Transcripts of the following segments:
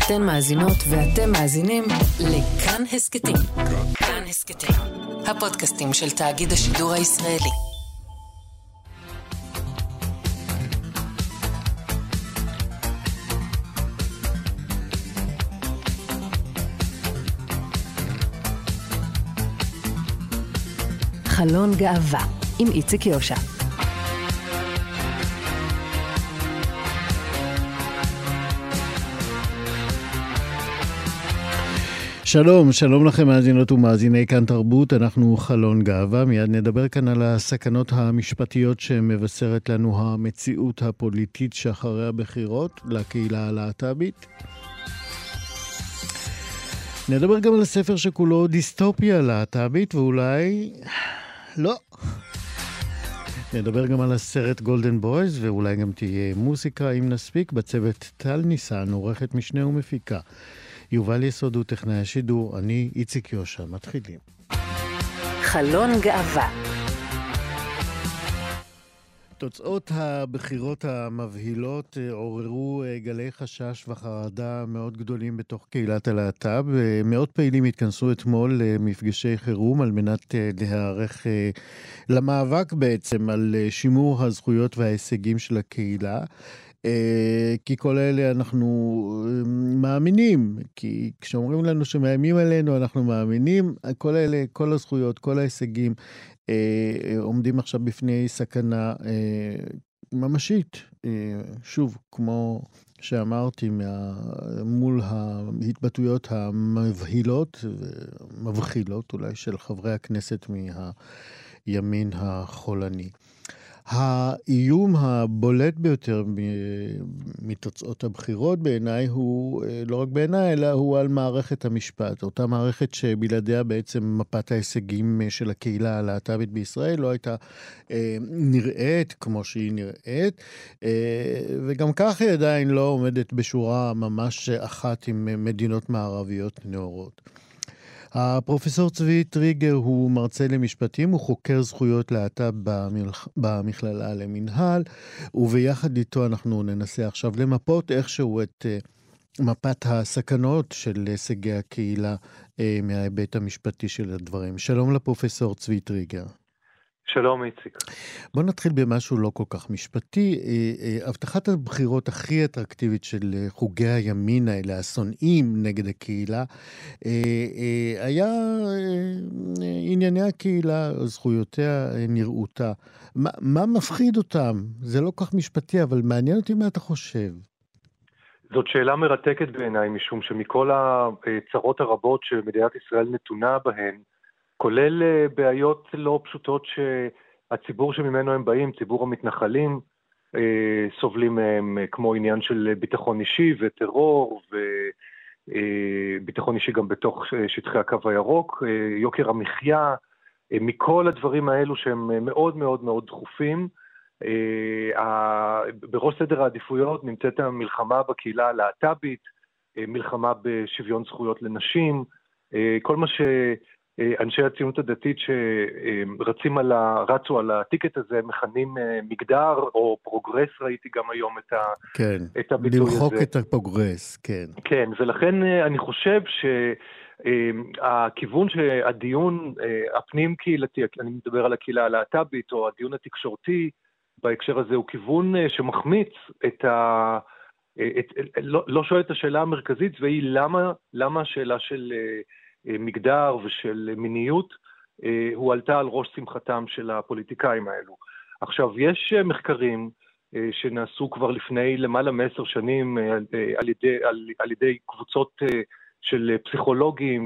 אתן מאזינות ואתם מאזינים לכאן הסקטים. כאן הסקטים, הפודקאסטים של תאגיד השידור הישראלי. חלון גאווה עם איציק יושע. שלום, שלום לכם מאזינות ומאזיני כאן תרבות, אנחנו חלון גאווה, מיד נדבר כאן על הסכנות המשפטיות שמבשרת לנו המציאות הפוליטית שאחרי הבחירות לקהילה הלהט"בית. נדבר גם על הספר שכולו דיסטופיה להט"בית ואולי לא. נדבר גם על הסרט גולדן בויז ואולי גם תהיה מוזיקה אם נספיק. בצוות טל ניסן, עורכת משנה ומפיקה. יובל יסוד הוא טכנאי השידור, אני איציק יושע. מתחילים. חלון גאווה. תוצאות הבחירות המבהילות עוררו גלי חשש וחרדה מאוד גדולים בתוך קהילת הלהט"ב. מאות פעילים התכנסו אתמול למפגשי חירום על מנת להיערך למאבק בעצם על שימור הזכויות וההישגים של הקהילה. כי כל אלה אנחנו מאמינים, כי כשאומרים לנו שמאיימים עלינו אנחנו מאמינים, כל אלה, כל הזכויות, כל ההישגים עומדים עכשיו בפני סכנה ממשית. שוב, כמו שאמרתי, מול ההתבטאויות המבהילות ומבחילות אולי של חברי הכנסת מהימין החולני. האיום הבולט ביותר מתוצאות הבחירות בעיניי הוא, לא רק בעיניי, אלא הוא על מערכת המשפט. אותה מערכת שבלעדיה בעצם מפת ההישגים של הקהילה הלהט"בית בישראל לא הייתה נראית כמו שהיא נראית, וגם כך היא עדיין לא עומדת בשורה ממש אחת עם מדינות מערביות נאורות. הפרופסור צבי טריגר הוא מרצה למשפטים, הוא חוקר זכויות להט"ב במכללה למנהל, וביחד איתו אנחנו ננסה עכשיו למפות איכשהו את מפת הסכנות של הישגי הקהילה מההיבט המשפטי של הדברים. שלום לפרופסור צבי טריגר. שלום איציק. בוא נתחיל במשהו לא כל כך משפטי. הבטחת הבחירות הכי אטרקטיבית של חוגי הימין האלה, השונאים נגד הקהילה, היה ענייני הקהילה, זכויותיה, נראותה. מה מפחיד אותם? זה לא כל כך משפטי, אבל מעניין אותי מה אתה חושב. זאת שאלה מרתקת בעיניי, משום שמכל הצרות הרבות שמדינת ישראל נתונה בהן, כולל בעיות לא פשוטות שהציבור שממנו הם באים, ציבור המתנחלים, סובלים מהם, כמו עניין של ביטחון אישי וטרור, וביטחון אישי גם בתוך שטחי הקו הירוק, יוקר המחיה, מכל הדברים האלו שהם מאוד מאוד מאוד דחופים. בראש סדר העדיפויות נמצאת המלחמה בקהילה הלהט"בית, מלחמה בשוויון זכויות לנשים, כל מה אנשי הציונות הדתית רצו על הטיקט הזה, מכנים מגדר או פרוגרס, ראיתי גם היום את הביטוי הזה. למחוק את הפרוגרס, כן. כן, ולכן אני חושב שהכיוון שהדיון הפנים קהילתי, אני מדבר על הקהילה הלהט"בית, או הדיון התקשורתי בהקשר הזה, הוא כיוון שמחמיץ לא שואל את השאלה המרכזית, והיא למה השאלה של מגדר ושל מיניות הועלתה על ראש שמחתם של הפוליטיקאים האלו. עכשיו, יש מחקרים שנעשו כבר לפני למעלה מ10 שנים על ידי קבוצות של פסיכולוגים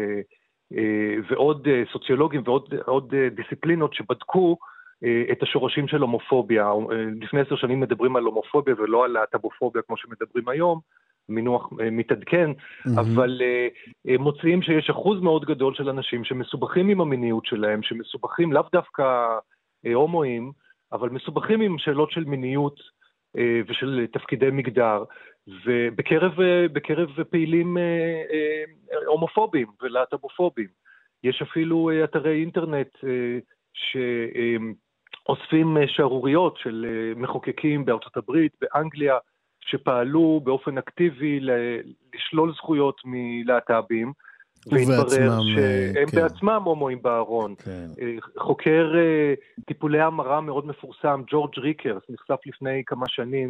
ועוד סוציולוגים ועוד דיסציפלינות שבדקו את השורשים של הומופוביה. לפני 10 שנים מדברים על הומופוביה ולא על להט"בופוביה כמו שמדברים היום, מינוח מתעדכן, אבל מוצאים שיש אחוז מאוד גדול של אנשים שמסובכים עם המיניות שלהם, שמסובכים לאו דווקא הומואים, אבל מסובכים עם שאלות של מיניות ושל תפקידי מגדר, ובקרב פעילים הומופובים ולהט"בופובים. יש אפילו אתרי אינטרנט שאוספים שערוריות של מחוקקים בארצות הברית, באנגליה, שפעלו באופן אקטיבי לשלול זכויות מלהט"בים, והתברר שהם בעצמם הומואים בארון. חוקר טיפולי המרה מאוד מפורסם, ג'ורג' ריקרס, נחשף לפני כמה שנים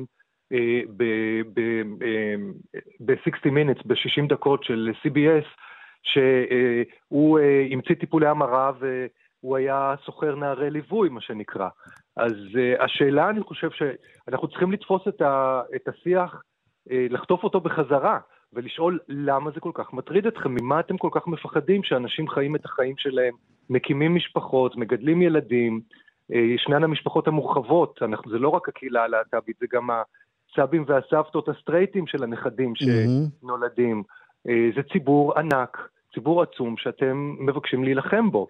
ב-60 Minutes, ב-60 דקות של CBS, שהוא המציא טיפולי המרה והוא היה סוחר נערי ליווי, מה שנקרא. אז השאלה, אני חושב שאנחנו צריכים לתפוס את השיח, לחטוף אותו בחזרה, ולשאול למה זה כל כך מטריד אתכם, ממה אתם כל כך מפחדים שאנשים חיים את החיים שלהם, מקימים משפחות, מגדלים ילדים, ישנן המשפחות המורחבות, זה לא רק הקהילה הלהט"בית, זה גם הסבים והסבתות הסטרייטים של הנכדים שנולדים. זה ציבור ענק, ציבור עצום שאתם מבקשים להילחם בו.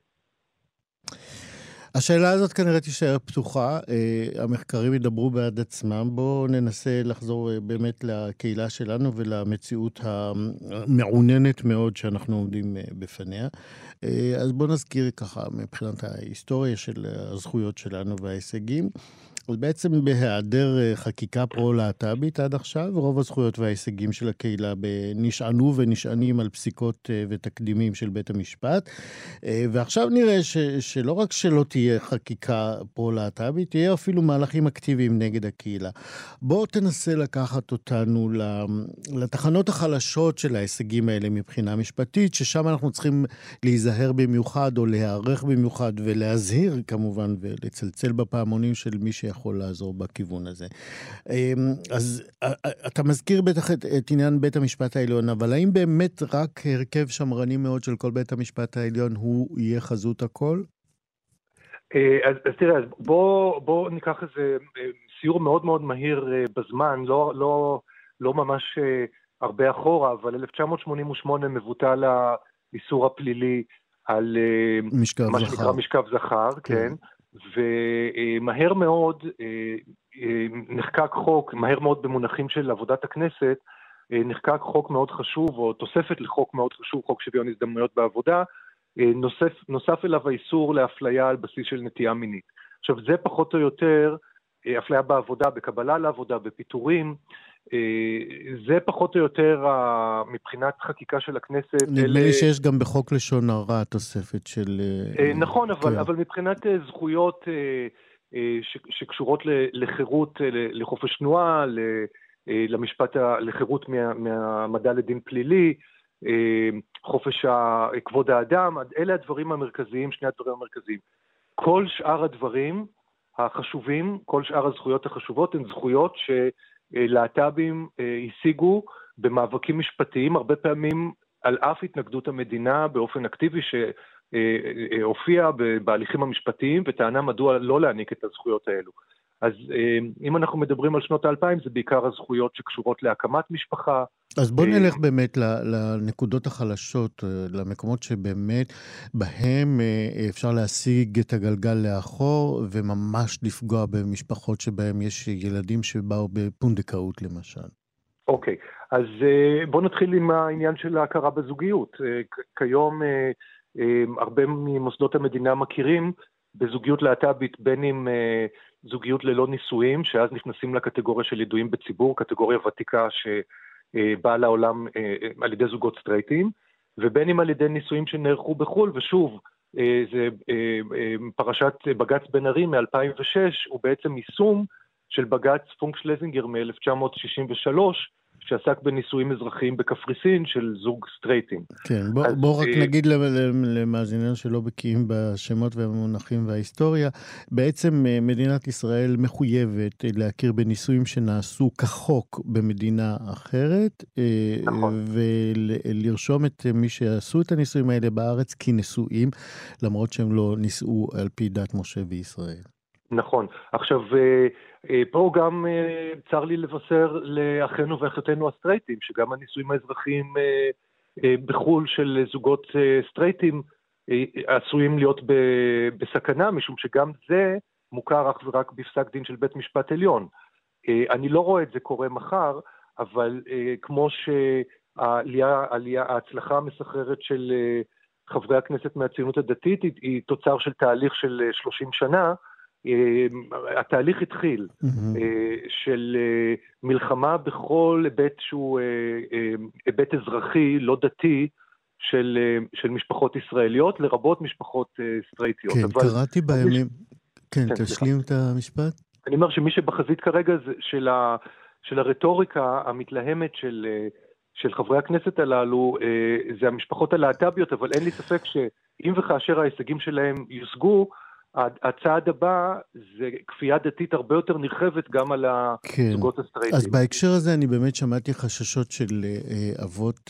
השאלה הזאת כנראה תישאר פתוחה, המחקרים ידברו בעד עצמם, בואו ננסה לחזור באמת לקהילה שלנו ולמציאות המעוננת מאוד שאנחנו עומדים בפניה. אז בואו נזכיר ככה מבחינת ההיסטוריה של הזכויות שלנו וההישגים. אז בעצם בהיעדר חקיקה פרו-להט"בית עד עכשיו, רוב הזכויות וההישגים של הקהילה נשענו ונשענים על פסיקות ותקדימים של בית המשפט, ועכשיו נראה שלא רק שלא תהיה חקיקה פרו-להט"בית, תהיה אפילו מהלכים אקטיביים נגד הקהילה. בואו תנסה לקחת אותנו לתחנות החלשות של ההישגים האלה מבחינה משפטית, ששם אנחנו צריכים להיזהר במיוחד או להיערך במיוחד ולהזהיר כמובן ולצלצל בפעמונים של מי יכול לעזור בכיוון הזה. אז אתה מזכיר בטח את עניין בית המשפט העליון, אבל האם באמת רק הרכב שמרני מאוד של כל בית המשפט העליון הוא יהיה חזות הכל? אז תראה, בוא ניקח איזה סיור מאוד מאוד מהיר בזמן, לא ממש הרבה אחורה, אבל 1988 מבוטל האיסור הפלילי על מה שנקרא משכב זכר, כן. ומהר מאוד נחקק חוק, מהר מאוד במונחים של עבודת הכנסת, נחקק חוק מאוד חשוב, או תוספת לחוק מאוד חשוב, חוק שוויון הזדמנויות בעבודה, נוסף אליו האיסור לאפליה על בסיס של נטייה מינית. עכשיו זה פחות או יותר, אפליה בעבודה, בקבלה לעבודה, בפיטורים, זה פחות או יותר מבחינת חקיקה של הכנסת. נדמה לי שיש גם בחוק לשון הרע תוספת של... נכון, אבל מבחינת זכויות שקשורות לחירות, לחופש תנועה, למשפט, לחירות מהמדע לדין פלילי, חופש כבוד האדם, אלה הדברים המרכזיים, שני הדברים המרכזיים. כל שאר הדברים החשובים, כל שאר הזכויות החשובות הן זכויות להט"בים השיגו במאבקים משפטיים, הרבה פעמים על אף התנגדות המדינה באופן אקטיבי שהופיע בהליכים המשפטיים וטענה מדוע לא להעניק את הזכויות האלו. אז אם אנחנו מדברים על שנות ה-2000 זה בעיקר הזכויות שקשורות להקמת משפחה. אז בוא נלך באמת לנקודות החלשות, למקומות שבאמת בהם אפשר להשיג את הגלגל לאחור וממש לפגוע במשפחות שבהם יש ילדים שבאו בפונדקאות למשל. אוקיי, אז בוא נתחיל עם העניין של ההכרה בזוגיות. כיום הרבה ממוסדות המדינה מכירים בזוגיות להט"בית, בין אם זוגיות ללא נישואים, שאז נכנסים לקטגוריה של ידועים בציבור, קטגוריה ותיקה שבאה לעולם על ידי זוגות סטרייטים, ובין אם על ידי נישואים שנערכו בחול, ושוב, זה פרשת בגץ בן ארי מ-2006, הוא בעצם יישום של בגץ פונק שלזינגר מ-1963, שעסק בנישואים אזרחיים בקפריסין של זוג סטרייטים. כן, בוא רק נגיד למאזיננו שלא בקיאים בשמות והמונחים וההיסטוריה, בעצם מדינת ישראל מחויבת להכיר בנישואים שנעשו כחוק במדינה אחרת, נכון. ולרשום את מי שעשו את הנישואים האלה בארץ כנשואים, למרות שהם לא נישאו על פי דת משה וישראל. נכון. עכשיו, פה גם צר לי לבשר לאחינו ואחיותינו הסטרייטים, שגם הנישואים האזרחיים בחול של זוגות סטרייטים עשויים להיות בסכנה, משום שגם זה מוכר אך ורק בפסק דין של בית משפט עליון. אני לא רואה את זה קורה מחר, אבל כמו ההצלחה המסחררת של חברי הכנסת מהציונות הדתית היא תוצר של תהליך של 30 שנה, התהליך התחיל של מלחמה בכל היבט שהוא היבט אזרחי, לא דתי, של משפחות ישראליות, לרבות משפחות סטרייטיות. כן, קראתי בימים... כן, תשלים את המשפט. אני אומר שמי שבחזית כרגע זה של הרטוריקה המתלהמת של חברי הכנסת הללו, זה המשפחות הלהט"ביות, אבל אין לי ספק שאם וכאשר ההישגים שלהם יושגו, הצעד הבא זה כפייה דתית הרבה יותר נרחבת גם על הזוגות הסטרייטים. אז בהקשר הזה אני באמת שמעתי חששות של אבות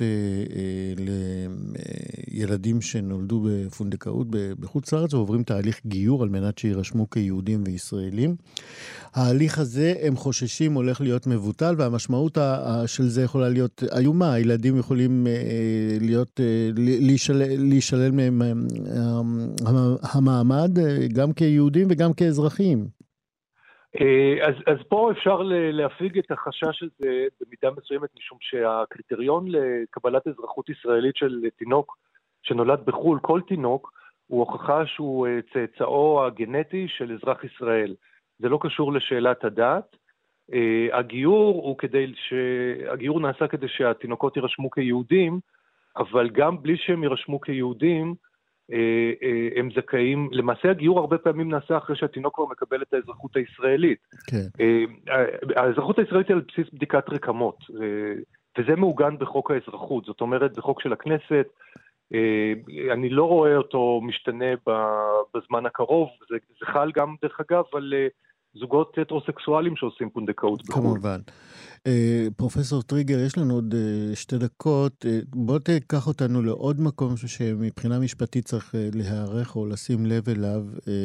לילדים שנולדו בפונדקאות בחוץ לארץ ועוברים תהליך גיור על מנת שירשמו כיהודים וישראלים. ההליך הזה הם חוששים הולך להיות מבוטל, והמשמעות של זה יכולה להיות איומה. הילדים יכולים להישלל מהם המעמד גם כיהודים וגם כאזרחים. אז פה אפשר להפיג את החשש הזה במידה מסוימת, משום שהקריטריון לקבלת אזרחות ישראלית של תינוק שנולד בחול, כל תינוק, הוא הוכחה שהוא צאצאו הגנטי של אזרח ישראל. זה לא קשור לשאלת הדת. הגיור נעשה כדי שהתינוקות יירשמו כיהודים, אבל גם בלי שהם יירשמו כיהודים, הם זכאים, למעשה הגיור הרבה פעמים נעשה אחרי שהתינוק כבר מקבל את האזרחות הישראלית. כן. האזרחות הישראלית היא על בסיס בדיקת רקמות, וזה מעוגן בחוק האזרחות, זאת אומרת בחוק של הכנסת, אני לא רואה אותו משתנה בזמן הקרוב, זה חל גם דרך אגב על זוגות הטרוסקסואלים שעושים פונדקאות בחו"ל. כמובן. פרופסור טריגר, יש לנו עוד 2 דקות. בוא תיקח אותנו לעוד מקום שמבחינה משפטית צריך להיערך או לשים לב אליו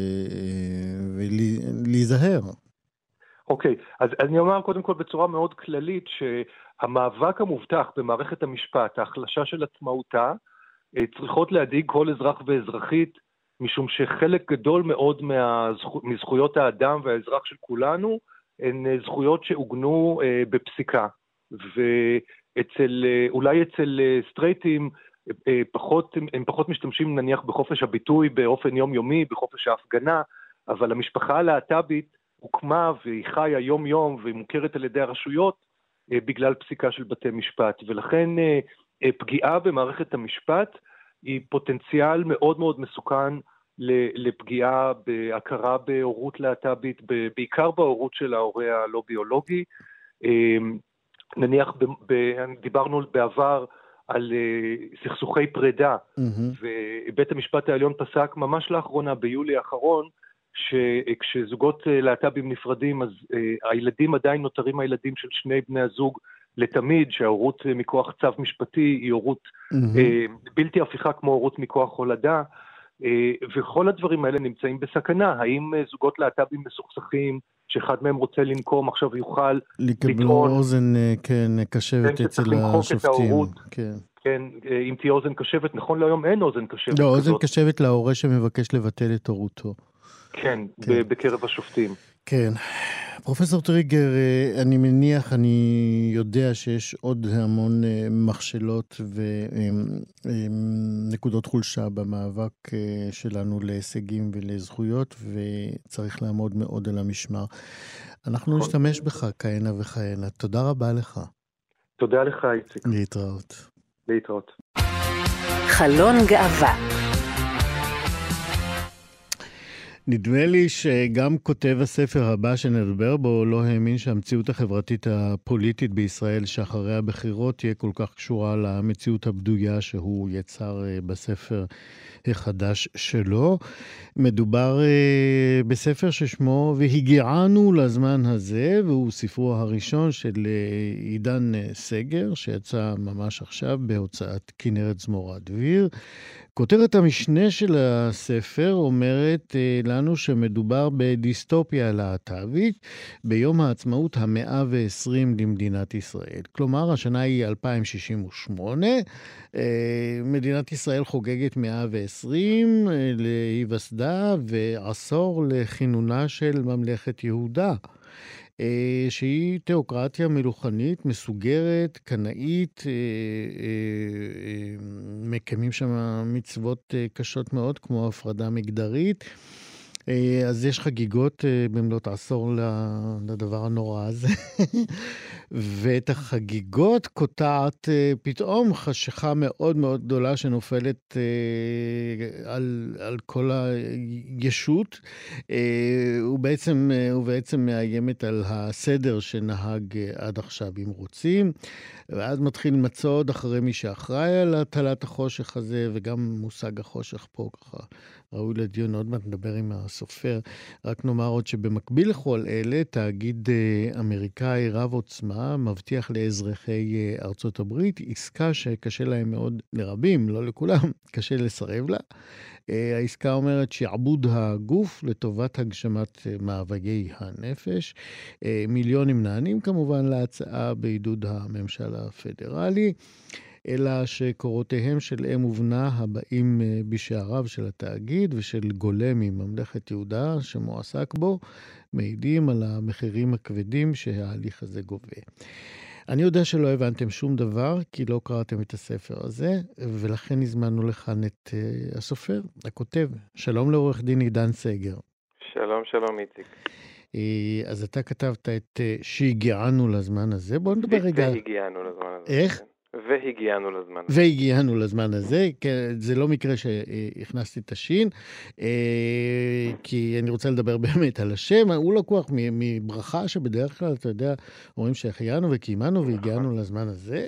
ולהיזהר. אוקיי, אז אני אומר קודם כל בצורה מאוד כללית שהמאבק המובטח במערכת המשפט, ההחלשה של עצמאותה, צריכות להדאיג כל אזרח ואזרחית, משום שחלק גדול מאוד מזכויות האדם והאזרח של כולנו, הן זכויות שעוגנו בפסיקה. ואולי אצל סטרייטים הם פחות משתמשים נניח בחופש הביטוי באופן יומיומי, בחופש ההפגנה, אבל המשפחה הלהט"בית הוקמה והיא חיה יום יום והיא מוכרת על ידי הרשויות בגלל פסיקה של בתי משפט. ולכן פגיעה במערכת המשפט היא פוטנציאל מאוד מאוד מסוכן לפגיעה בהכרה בהורות להט"בית, בעיקר בהורות של ההורה הלא ביולוגי. נניח דיברנו בעבר על סכסוכי פרידה, ובית המשפט העליון פסק ממש לאחרונה ביולי האחרון, שכשזוגות להט"בים נפרדים, אז הילדים עדיין נותרים הילדים של שני בני הזוג לתמיד, שההורות מכוח צו משפטי היא הורות בלתי הפיכה כמו הורות מכוח הולדה, וכל הדברים האלה נמצאים בסכנה. האם זוגות להט"בים מסוכסכים, שאחד מהם רוצה לנקום, עכשיו יוכל לקבלו אוזן, כן, קשבת אצל השופטים. כן, אם תהיה אוזן קשבת, נכון להיום אין אוזן קשבת. לא, אוזן קשבת להורה שמבקש לבטל את הורותו. כן, בקרב השופטים. כן. פרופסור טריגר, אני מניח, אני יודע שיש עוד המון מכשלות ונקודות חולשה במאבק שלנו להישגים ולזכויות, וצריך לעמוד מאוד על המשמר. אנחנו נשתמש בך כהנה וכהנה. תודה רבה לך. תודה לך, איציק. להתראות. להתראות. חלון גאווה. נדמה לי שגם כותב הספר הבא שנדבר בו לא האמין שהמציאות החברתית הפוליטית בישראל שאחרי הבחירות תהיה כל כך קשורה למציאות הבדויה שהוא יצר בספר החדש שלו. מדובר בספר ששמו והגיענו לזמן הזה, והוא ספרו הראשון של עידן סגר שיצא ממש עכשיו בהוצאת כנרת זמורה דביר. כותרת המשנה של הספר אומרת לנו שמדובר בדיסטופיה להט"בית ביום העצמאות ה-120 למדינת ישראל. כלומר, השנה היא 2068, מדינת ישראל חוגגת 120 להיווסדה ועשור לכינונה של ממלכת יהודה. שהיא תיאוקרטיה מלוכנית, מסוגרת, קנאית, מקיימים שם מצוות קשות מאוד כמו הפרדה מגדרית, אז יש חגיגות במלאת עשור לדבר הנורא הזה, ואת החגיגות קוטעת פתאום חשיכה מאוד מאוד גדולה שנופלת על כל הישות, ובעצם מאיימת על הסדר שנהג עד עכשיו אם רוצים, ואז מתחיל מצוד אחרי מי שאחראי על הטלת החושך הזה, וגם מושג החושך פה ככה ראוי לדיון, עוד מעט נדבר עם הסופר. רק נאמר עוד שבמקביל לכל אלה, תאגיד אמריקאי רב עוצמה מבטיח לאזרחי ארצות הברית עסקה שקשה להם מאוד לרבים, לא לכולם, קשה לסרב לה. העסקה אומרת שעבוד הגוף לטובת הגשמת מאוויי הנפש. מיליונים נענים כמובן להצעה בעידוד הממשל הפדרלי, אלא שקורותיהם של אם ובנה הבאים בשעריו של התאגיד ושל גולה מממלכת יהודה שמועסק בו, מעידים על המחירים הכבדים שההליך הזה גובה. אני יודע שלא הבנתם שום דבר, כי לא קראתם את הספר הזה, ולכן הזמנו לכאן את הסופר, הכותב. שלום לעורך דין עידן סגר. שלום, שלום איציק. אז אתה כתבת את שהגיענו לזמן הזה. בואו נדבר רגע. והגיענו לזמן הזה. איך? והגיענו לזמן הזה. והגיענו לזמן הזה, זה לא מקרה שהכנסתי את השין, כי אני רוצה לדבר באמת על השם, הוא לקוח מברכה שבדרך כלל, אתה יודע, אומרים שהחיינו וקיימנו והגיענו לזמן הזה,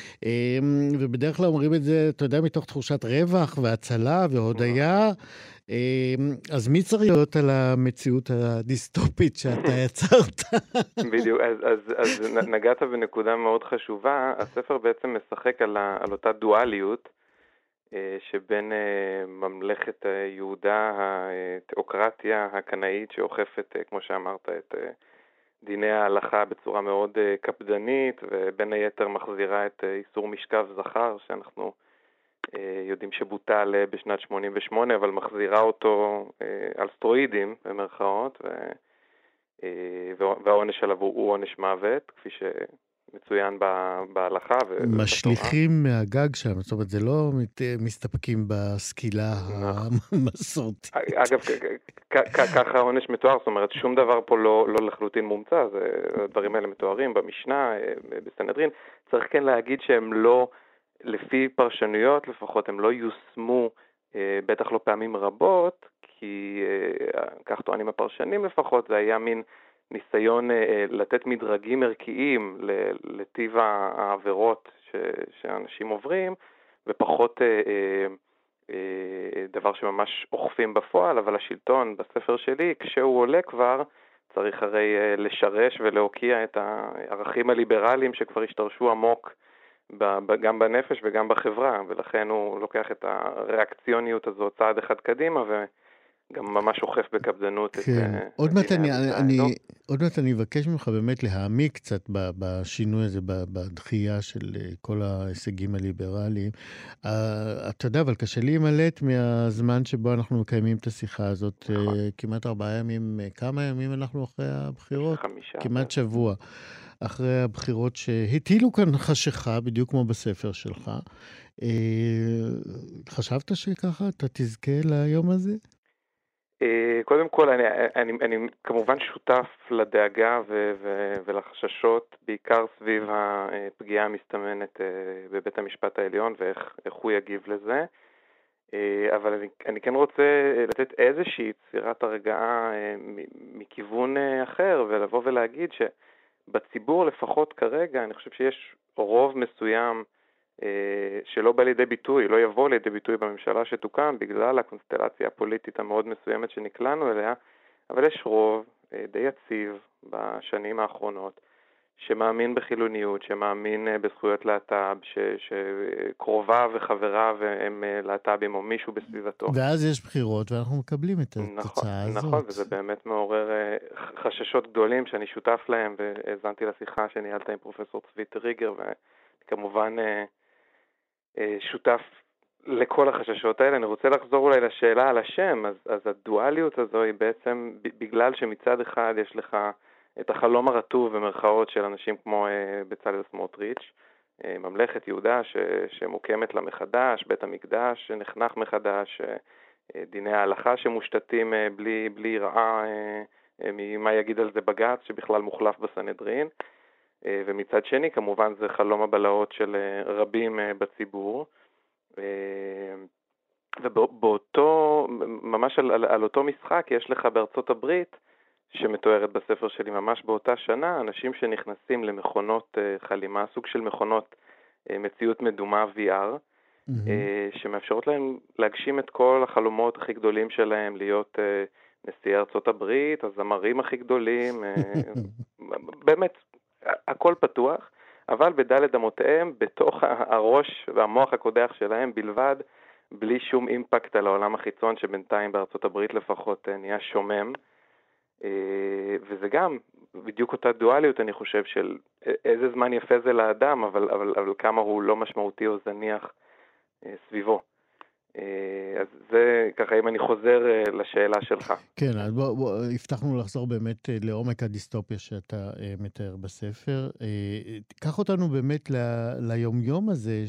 ובדרך כלל אומרים את זה, אתה יודע, מתוך תחושת רווח והצלה והודיה, אז מי צריך להיות על המציאות הדיסטופית שאתה יצרת? בדיוק, אז נגעת בנקודה מאוד חשובה. הספר בעצם משחק על אותה דואליות שבין ממלכת יהודה, התיאוקרטיה הקנאית שאוכפת, כמו שאמרת, את דיני ההלכה בצורה מאוד קפדנית, ובין היתר מחזירה את איסור משכב זכר, שאנחנו יודעים שבוטל בשנת 88, אבל מחזירה אותו על סטרואידים במרכאות, והעונש עליו הוא עונש מוות, כפי שמצוין בהלכה. משליכים מהגג שם, זאת אומרת, זה לא מסתפקים בסקילה המסורתית. אגב, ככה העונש מתואר, זאת אומרת, שום דבר פה לא לחלוטין מומצא, הדברים האלה מתוארים במשנה, בסנהדרין. צריך כן להגיד שהם לא, לפי פרשנויות לפחות, הם לא יושמו, בטח לא פעמים רבות, כי כך טוענים הפרשנים לפחות, זה היה מין ניסיון לתת מדרגים ערכיים לטיב העבירות שאנשים עוברים, ופחות דבר שממש אוכפים בפועל, אבל השלטון בספר שלי, כשהוא עולה כבר, צריך הרי לשרש ולהוקיע את הערכים הליברליים שכבר השתרשו עמוק גם בנפש וגם בחברה, ולכן הוא לוקח את הריאקציוניות הזו צעד אחד קדימה, וגם ממש אוכף בקפדנות. כן, עוד מעט אני אבקש ממך באמת להעמיק קצת בשינוי הזה, בדחייה של כל ההישגים הליברליים. אתה יודע, אבל קשה לי להימלט מהזמן שבו אנחנו מקיימים את השיחה הזאת, כמעט 4 ימים, כמה ימים אנחנו אחרי הבחירות? 5. כמעט שבוע. אחרי הבחירות שהטילו כאן חשיכה, בדיוק כמו בספר שלך. חשבת שככה אתה תזכה ליום הזה? קודם כל, אני כמובן שותף לדאגה ולחששות, בעיקר סביב הפגיעה המסתמנת בבית המשפט העליון ואיך הוא יגיב לזה. אבל אני כן רוצה לתת איזושהי יצירת הרגעה מכיוון אחר, ולבוא ולהגיד שבציבור לפחות כרגע, אני חושב שיש רוב מסוים שלא בא לידי ביטוי, לא יבוא לידי ביטוי בממשלה שתוקם, בגלל הקונסטלציה הפוליטית המאוד מסוימת שנקלענו אליה, אבל יש רוב די יציב בשנים האחרונות, שמאמין בחילוניות, שמאמין בזכויות להט"ב, שקרובה וחברה והם להט"בים או מישהו בסביבתו. ואז יש בחירות ואנחנו מקבלים את התוצאה הזאת. נכון, וזה באמת מעורר חששות גדולים שאני שותף להם, והזנתי לשיחה שניהלת עם פרופסור צבי טריגר, וכמובן שותף לכל החששות האלה. אני רוצה לחזור אולי לשאלה על השם, אז הדואליות הזו היא בעצם בגלל שמצד אחד יש לך את החלום הרטוב במרכאות של אנשים כמו בצלאל סמוטריץ', ממלכת יהודה שמוקמת לה מחדש, בית המקדש שנחנך מחדש, דיני ההלכה שמושתתים בלי יראה ממה יגיד על זה בג"ץ שבכלל מוחלף בסנהדרין, ומצד שני כמובן זה חלום הבלהות של רבים בציבור, ובאותו, ממש על אותו משחק יש לך בארצות הברית, שמתוארת בספר שלי ממש באותה שנה, אנשים שנכנסים למכונות חלימה, סוג של מכונות מציאות מדומה VR, שמאפשרות להם להגשים את כל החלומות הכי גדולים שלהם, להיות נשיאי ארצות הברית, הזמרים הכי גדולים, באמת, הכל פתוח, אבל בדלת אמותיהם, בתוך הראש והמוח הקודח שלהם בלבד, בלי שום אימפקט על העולם החיצון, שבינתיים בארצות הברית לפחות נהיה שומם, וזה גם בדיוק אותה דואליות, אני חושב, של איזה זמן יפה זה לאדם, אבל כמה הוא לא משמעותי או זניח סביבו. אז זה ככה, אם אני חוזר לשאלה שלך. כן, אז בוא, הבטחנו לחזור באמת לעומק הדיסטופיה שאתה מתאר בספר. קח אותנו באמת ליומיום הזה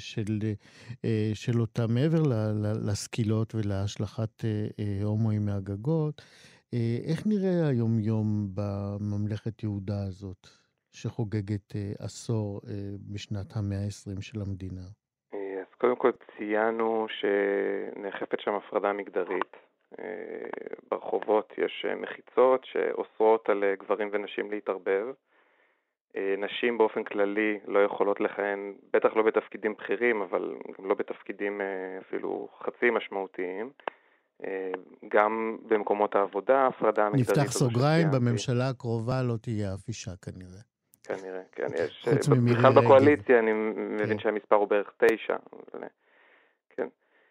של אותה, מעבר לסקילות ולהשלכת הומואים מהגגות. איך נראה היומיום בממלכת יהודה הזאת, שחוגגת עשור בשנת ה-120 של המדינה? אז קודם כל ציינו שנחפת שם הפרדה מגדרית. ברחובות יש מחיצות שאוסרות על גברים ונשים להתערבב. נשים באופן כללי לא יכולות לכהן, בטח לא בתפקידים בכירים, אבל גם לא בתפקידים אפילו חצי משמעותיים. גם במקומות העבודה, הפרדה מגדרית. נפתח סוגריים, בממשלה הקרובה לא תהיה אף אישה כנראה. כנראה, כן, יש. בכלל בקואליציה אני מבין שהמספר הוא בערך 9. כן.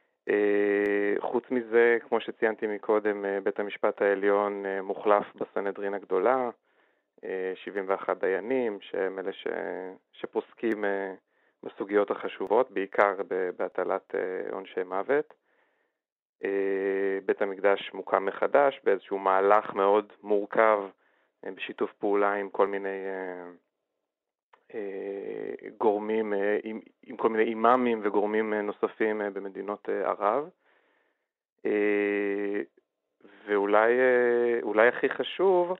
חוץ מזה, כמו שציינתי מקודם, בית המשפט העליון מוחלף בסנהדרין הגדולה, 71 דיינים, שהם אלה שפוסקים בסוגיות החשובות, בעיקר בהטלת עונשי מוות. בית המקדש מוקם מחדש באיזשהו מהלך מאוד מורכב, בשיתוף פעולה עם כל מיני גורמים, עם כל מיני אימאמים וגורמים נוספים במדינות ערב. ואולי הכי חשוב,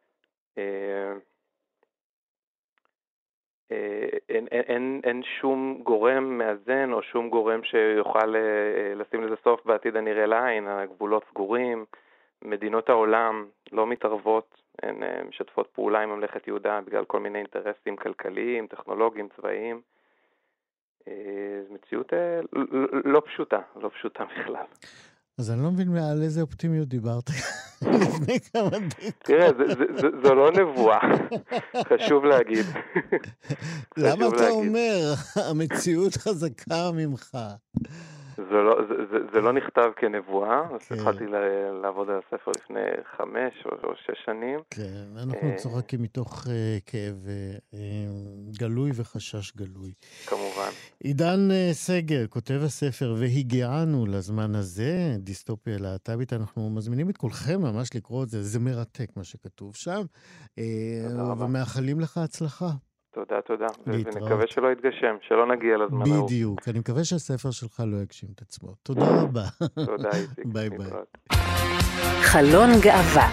אין שום גורם מאזן או שום גורם שיוכל לשים לזה סוף בעתיד הנראה לעין. הגבולות סגורים, מדינות העולם לא מתערבות, הן משתפות פעולה עם ממלכת יהודה בגלל כל מיני אינטרסים כלכליים, טכנולוגיים, צבאיים. זו מציאות לא פשוטה בכלל. אז אני לא מבין על איזה אופטימיות דיברת לפני כמה דקות. תראה, זו לא נבואה, חשוב להגיד. למה אתה אומר? המציאות חזקה ממך. זה לא נכתב כנבואה, אז התחלתי לעבוד על הספר לפני 5 או 6 שנים. כן, אנחנו צוחקים מתוך כאב גלוי וחשש גלוי. כמובן. עידן סגר, כותב הספר והגיענו לזמן הזה, דיסטופיה להט"בית, אנחנו מזמינים את כולכם ממש לקרוא את זה, זה מרתק מה שכתוב שם, ומאחלים לך הצלחה. תודה. ונקווה שלא יתגשם, שלא נגיע לזמן ההוא. בדיוק, אני מקווה שהספר שלך לא יגשים את עצמו. תודה רבה. תודה, איציק. ביי ביי. חלון גאווה.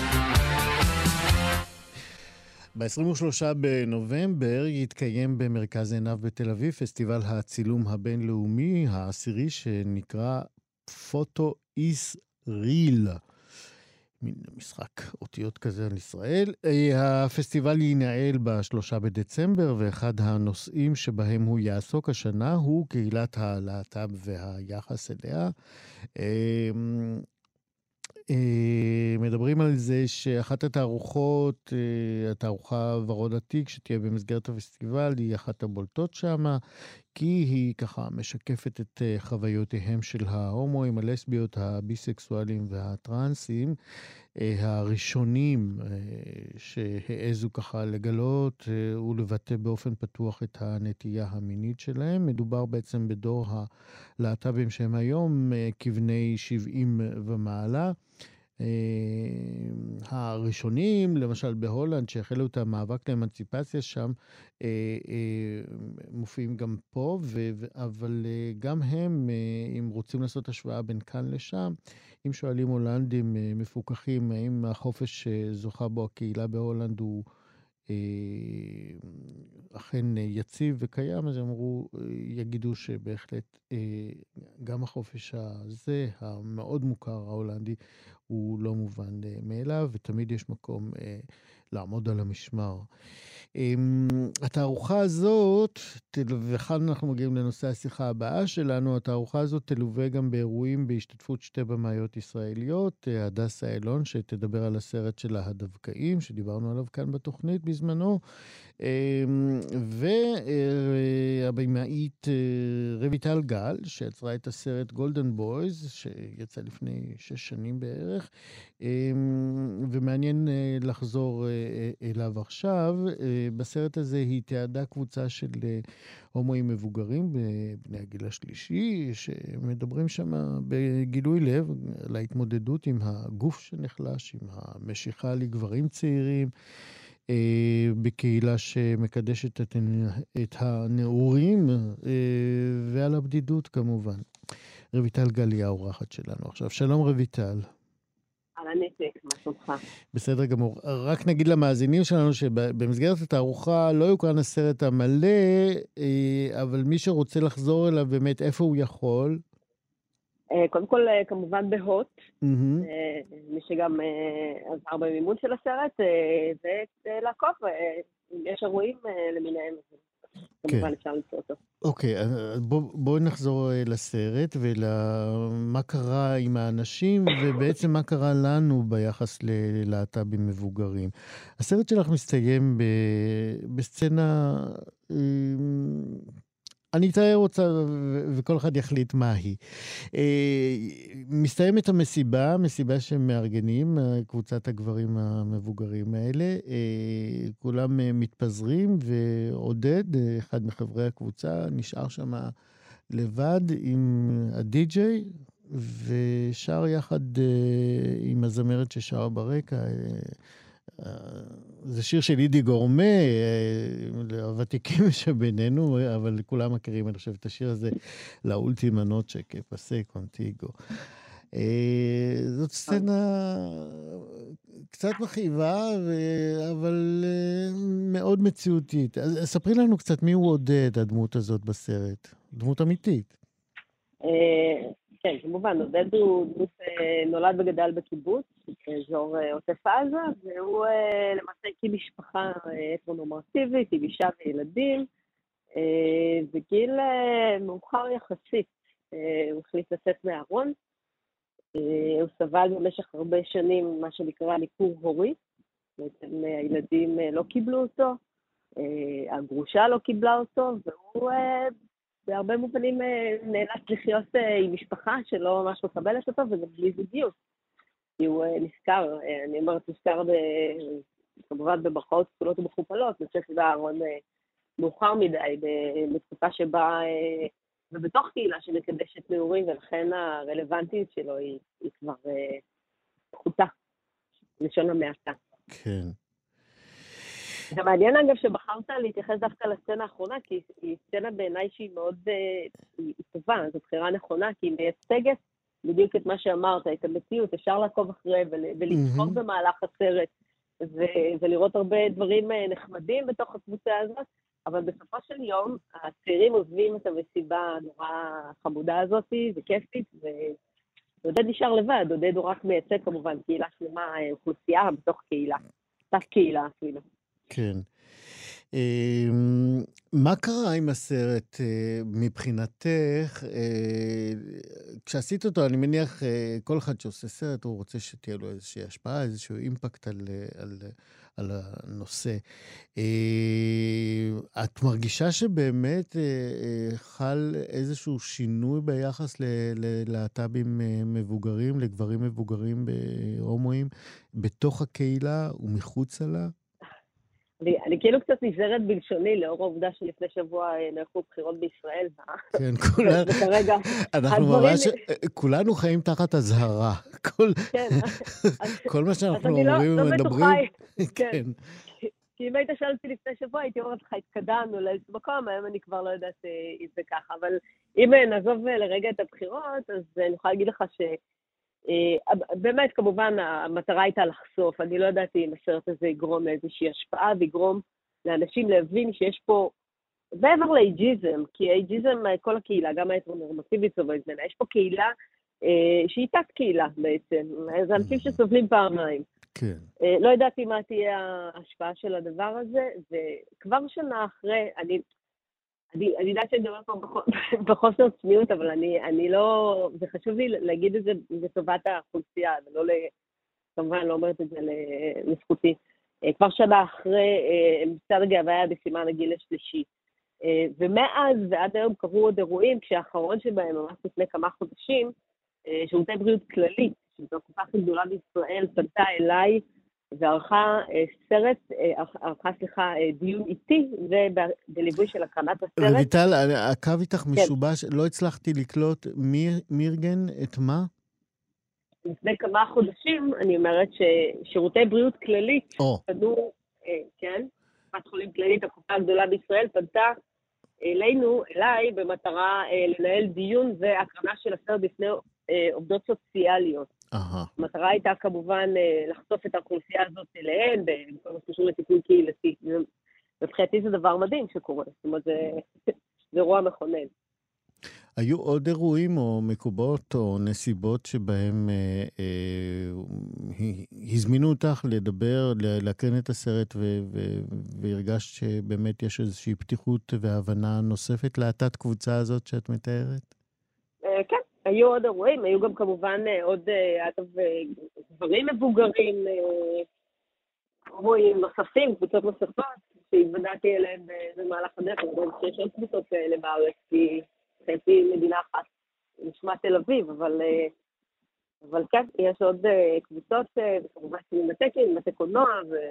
ב-23 בנובמבר יתקיים במרכז עיניו בתל אביב פסטיבל הצילום הבינלאומי העשירי שנקרא פוטו איס ריל. מין משחק אותיות כזה על ישראל. הפסטיבל ינהל ב-3 בדצמבר, ואחד הנושאים שבהם הוא יעסוק השנה הוא קהילת הלהט"ב והיחס אליה. מדברים על זה שאחת התערוכות, התערוכה ורוד עתיק שתהיה במסגרת הפסטיבל, היא אחת הבולטות שם, כי היא ככה משקפת את חוויותיהם של ההומואים, הלסביות, הביסקסואלים והטרנסים, הראשונים שהעזו ככה לגלות ולבטא באופן פתוח את הנטייה המינית שלהם. מדובר בעצם בדור הלהט"בים שהם היום כבני 70 ומעלה. הראשונים, למשל בהולנד, שהחלו את המאבק לאמנציפציה שם, מופיעים גם פה, אבל גם הם, אם רוצים לעשות השוואה בין כאן לשם, אם שואלים הולנדים מפוקחים, האם החופש שזוכה בו הקהילה בהולנד הוא אכן יציב וקיים, אז אמרו, יגידו שבהחלט גם החופש הזה, המאוד מוכר ההולנדי, הוא לא מובן מאליו, ותמיד יש מקום לעמוד על המשמר. התערוכה הזאת, וכאן אנחנו מגיעים לנושא השיחה הבאה שלנו, התערוכה הזאת תלווה גם באירועים בהשתתפות שתי במאיות ישראליות, הדסה אילון, שתדבר על הסרט שלה הדווקאים, שדיברנו עליו כאן בתוכנית בזמנו, והבמאית רויטל גל, שיצרה את הסרט גולדן בויז, שיצא לפני 6 שנים בערך, ומעניין לחזור אליו עכשיו. בסרט הזה היא תיעדה קבוצה של הומואים מבוגרים בבני הגיל השלישי, שמדברים שם בגילוי לב על ההתמודדות עם הגוף שנחלש, עם המשיכה לגברים צעירים, בקהילה שמקדשת את הנעורים, ועל הבדידות כמובן. רויטל גל היא האורחת שלנו עכשיו. שלום רויטל. על הנתק, מה שלומך? בסדר גמור. רק נגיד למאזינים שלנו שבמסגרת התערוכה לא יוקרן הסרט המלא, אבל מי שרוצה לחזור אליו באמת, איפה הוא יכול? קודם כל, כמובן בהוט, מי שגם עזר במימון של הסרט, ולעקוב, יש אירועים למיניהם, כמובן אפשר למצוא אותו. אוקיי, בואו נחזור לסרט ולמה קרה עם האנשים, ובעצם מה קרה לנו ביחס ללהט"בים מבוגרים. הסרט שלך מסתיים בסצנה, אני אתאר אותה וכל אחד יחליט מה היא. מסתיימת המסיבה, מסיבה שמארגנים, קבוצת הגברים המבוגרים האלה, כולם מתפזרים, ועודד, אחד מחברי הקבוצה, נשאר שם לבד עם הדי-ג'יי, ושר יחד עם הזמרת ששרה ברקע, זה שיר של אידי גורמה, הוותיקים שבינינו, אבל כולם מכירים, אני חושב, את השיר הזה, לאולטימה נוצ'ה, כפסה קונטיגו. זאת סצנה קצת מכאיבה, אבל מאוד מציאותית. אז ספרי לנו קצת מי הוא עודד, הדמות הזאת בסרט. דמות אמיתית. כן, כמובן, עודד הוא דמות נולד וגדל בקיבוץ, באזור עוטף עזה, והוא למעשה הקים משפחה הטרונורמטיבית, עם אישה וילדים, בגיל מאוחר יחסית, הוא החליט לצאת מהארון, הוא סבל במשך הרבה שנים מה שנקרא ניכור הורי, בעצם הילדים לא קיבלו אותו, הגרושה לא קיבלה אותו, והוא בהרבה מובנים נאלץ לחיות עם משפחה שלא ממש מקבלת אותו, וזה בלי זוגיות. כי הוא נזכר, אני אומרת, נזכר כמובן במרכאות כפולות ומכופלות, אני חושבת שזה ארון מאוחר מדי, בתקופה שבה, ובתוך קהילה שמקדשת נעורים, ולכן הרלוונטיות שלו היא כבר פחותה, לשון המעטה. כן. זה מעניין אגב שבחרת להתייחס דווקא לסצנה האחרונה, כי היא סצנה בעיניי שהיא מאוד טובה, זו בחירה נכונה, כי היא מייצגת בדיוק את מה שאמרת, את המציאות, אפשר לעקוב אחרי ולצחוק במהלך הסרט, ולראות הרבה דברים נחמדים בתוך הקבוצה הזאת, אבל בסופו של יום הצעירים עוזבים את המסיבה הנורא חמודה הזאת, וכיפית, ועודד נשאר לבד, עודד הוא רק מייצג כמובן קהילה שלמה, אוכלוסייה בתוך קהילה, תת קהילה אפילו. כן. מה קרה עם הסרט מבחינתך? כשעשית אותו, אני מניח, כל אחד שעושה סרט, הוא רוצה שתהיה לו איזושהי השפעה, איזשהו אימפקט על הנושא. את מרגישה שבאמת חל איזשהו שינוי ביחס ללהט"בים מבוגרים, לגברים מבוגרים בהומואים, בתוך הקהילה ומחוצה לה? אני כאילו קצת נזהרת בלשוני, לאור העובדה שלפני שבוע נערכו בחירות בישראל. כן, כולנו חיים תחת הזהרה, כל מה שאנחנו אומרים ומדברים. כן. כי אם היית שואל אותי לפני שבוע, הייתי אומרת לך, התקדמנו לאיזה מקום, היום אני כבר לא יודעת אם זה ככה. אבל אם נעזוב לרגע את הבחירות, אז אני יכולה להגיד לך באמת, כמובן, המטרה הייתה לחשוף. אני לא יודעת אם הסרט הזה יגרום לאיזושהי השפעה, ויגרום לאנשים להבין שיש פה, מעבר לאייג'יזם, כי האייג'יזם, כל הקהילה, גם ההטרונורמטיבית סובלת ממנה, יש פה קהילה שהיא תת קהילה בעצם. זה אנשים שסובלים פעמיים. כן. לא ידעתי מה תהיה ההשפעה של הדבר הזה, וכבר שנה אחרי, אני יודעת שאני מדבר פה בחוסר צניעות, אבל אני לא, זה חשוב לי להגיד את זה לטובת האוכלוסייה, ולא, כמובן לא אומרת את זה לזכותי. כבר שנה אחרי, מצעד הגאווה היה בסימן הגיל השלישי. ומאז ועד היום קרו עוד אירועים, כשהאחרון שבהם, ממש לפני כמה חודשים, שירותי בריאות כללית, שזו הקופה הכי גדולה בישראל, פנתה אליי וערכה דיון איתי, ובליווי של הקרנת הסרט. רויטל, הקו איתך משובש, לא הצלחתי לקלוט מי ארגן את מה? לפני כמה חודשים, אני אומרת ששירותי בריאות כללית פנו, כן, קופת חולים כללית, הקופה הגדולה בישראל, פנתה אליי, במטרה לנהל דיון והקרנה של הסרט בפני עובדות סוציאליות. המטרה הייתה כמובן לחשוף את האוכלוסייה הזאת אליהן, בכל מה שקשור לטיפול קהילתי. מבחינתי זה דבר מדהים שקורה, זאת אומרת, זה אירוע מכונן. היו עוד אירועים או מקובות או נסיבות שבהם הזמינו אותך לדבר, להקרין את הסרט והרגשת שבאמת יש איזושהי פתיחות והבנה נוספת לתת קבוצה הזאת שאת מתארת? כן, היו עוד אירועים, היו גם כמובן עוד דברים מבוגרים, אירועים נוספים, קבוצות נוספות, שהתוודעתי אליהם במהלך הדרך, שיש עוד קבוצות כאלה בארץ, כי חצי מדינה אחת, נשמע תל אביב, אבל כן, יש עוד קבוצות, וכמובן סינמטקים, בתי קולנוע,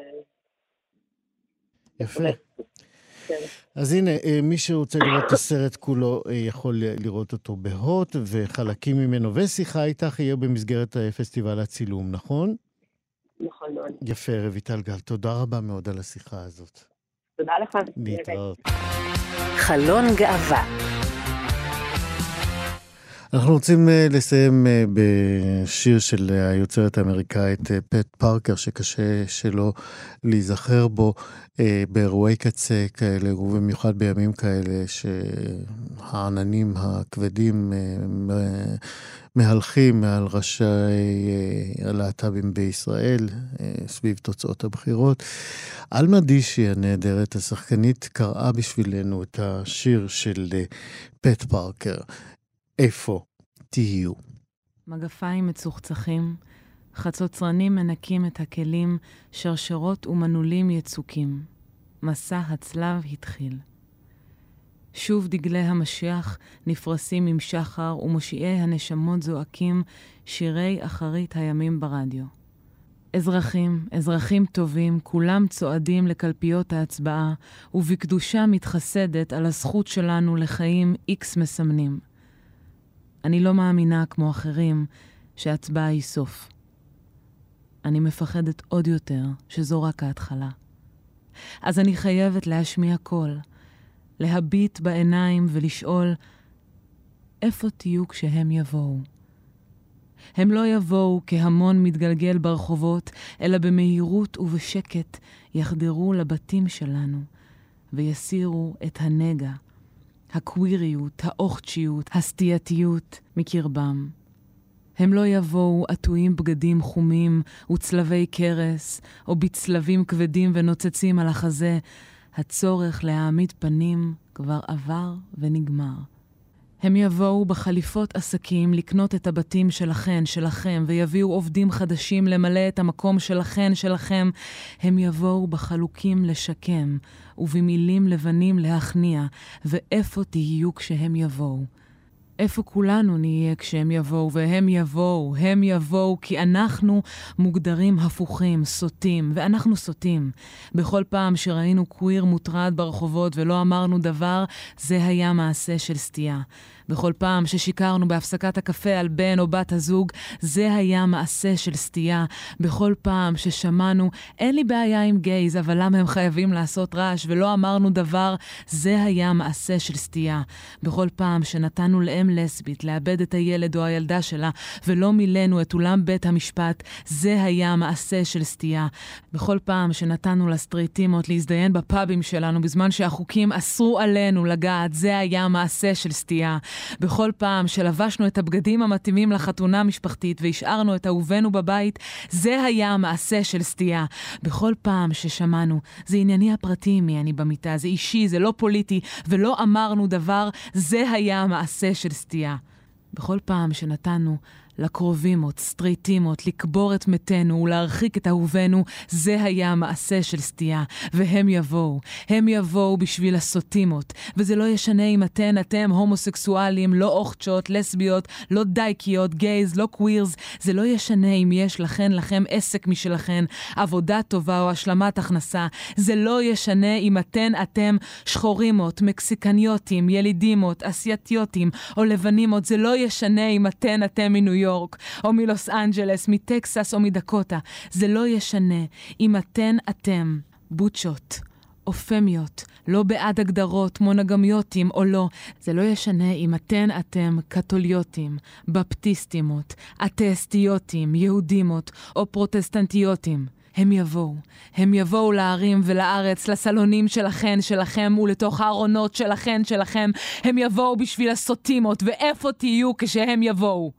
יפה. אז הנה, מי שרוצה לראות את הסרט כולו יכול לראות אותו בהוט, וחלקים ממנו ושיחה איתך יהיה במסגרת פסטיבל הצילום, נכון? נכון מאוד. יפה, רויטל גל, תודה רבה מאוד על השיחה הזאת. תודה לך. להתראות. חלון גאווה. אנחנו רוצים לסיים בשיר של היוצרת האמריקאית פט פארקר, שקשה שלא להיזכר בו באירועי קצה כאלה, ובמיוחד בימים כאלה שהעננים הכבדים מהלכים מעל ראשי הלהט"בים בישראל סביב תוצאות הבחירות. אלמה דישי הנהדרת, השחקנית, קראה בשבילנו את השיר של פט פארקר. איפה תהיו? מגפיים מצוחצחים, חצוצרנים מנקים את הכלים, שרשרות ומנעולים יצוקים. מסע הצלב התחיל. שוב דגלי המשיח נפרסים עם שחר, ומושיעי הנשמות זועקים שירי אחרית הימים ברדיו. אזרחים טובים, כולם צועדים לקלפיות ההצבעה, ובקדושה מתחסדת על הזכות שלנו לחיים איקס מסמנים. אני לא מאמינה כמו אחרים שההצבעה היא סוף. אני מפחדת עוד יותר שזו רק ההתחלה. אז אני חייבת להשמיע קול, להביט בעיניים ולשאול, איפה תהיו כשהם יבואו? הם לא יבואו כהמון מתגלגל ברחובות, אלא במהירות ובשקט יחדרו לבתים שלנו, ויסירו את הנגע, הקוויריות, האוכצ'יות, הסטייתיות מקרבם. הם לא יבואו עטויים בגדים חומים וצלבי קרס, או בצלבים כבדים ונוצצים על החזה. הצורך להעמיד פנים כבר עבר ונגמר. הם יבואו בחליפות עסקים לקנות את הבתים שלכם, ויביאו עובדים חדשים למלא את המקום שלכם. הם יבואו בחלוקים לשקם, ובמילים לבנים להכניע, ואיפה תהיו כשהם יבואו? איפה כולנו נהיה כשהם יבואו? והם יבואו, כי אנחנו מוגדרים הפוכים, סוטים, ואנחנו סוטים. בכל פעם שראינו קוויר מוטרד ברחובות ולא אמרנו דבר, זה היה מעשה של סטייה. בכל פעם ששיקרנו בהפסקת הקפה על בן או בת הזוג, זה היה מעשה של סטייה. בכל פעם ששמענו, אין לי בעיה עם גייז, אבל למה הם חייבים לעשות רעש ולא אמרנו דבר, זה היה מעשה של סטייה. בכל פעם שנתנו לאם לסבית לאבד את הילד או הילדה שלה, ולא מילאנו את אולם בית המשפט, זה היה מעשה של סטייה. בכל פעם שנתנו לסטרייטימות להזדיין בפאבים שלנו, בזמן שהחוקים אסרו עלינו לגעת, זה היה מעשה של סטייה. בכל פעם שלבשנו את הבגדים המתאימים לחתונה המשפחתית והשארנו את אהובנו בבית, זה היה מעשה של סטייה. בכל פעם ששמענו, זה ענייני הפרטי מי אני במיטה, זה אישי, זה לא פוליטי, ולא אמרנו דבר, זה היה מעשה של סטייה. בכל פעם שנתנו לקרובימות, סטרייטימות, לקבור את מתנו ולהרחיק את אהובנו, זה היה מעשה של סטייה. והם יבואו, הם יבואו בשביל הסוטימות. וזה לא ישנה אם אתם הומוסקסואלים, לא אוכצ'ות, לסביות, לא דייקיות, גייז, לא קווירס. זה לא ישנה אם יש לכם עסק משלכם, עבודה טובה או השלמת הכנסה. זה לא ישנה אם אתם שחורימות, מקסיקניוטים, ילידימות, אסייתיוטים או לבנימות. זה לא ישנה אם אתם מניו יורק או מלוס אנג'לס, מטקסס או מדקוטה. זה לא ישנה אם אתם בוצ'ות או פמיות, לא בעד הגדרות, מונגמיוטים או לא. זה לא ישנה אם אתם קתוליוטים, בפטיסטימות, אתאיסטיוטים, יהודימות או פרוטסטנטיוטים. הם יבואו לערים ולארץ, לסלונים שלכם ולתוך הארונות שלכם. הם יבואו בשביל הסוטימות, ואיפה תהיו כשהם יבואו?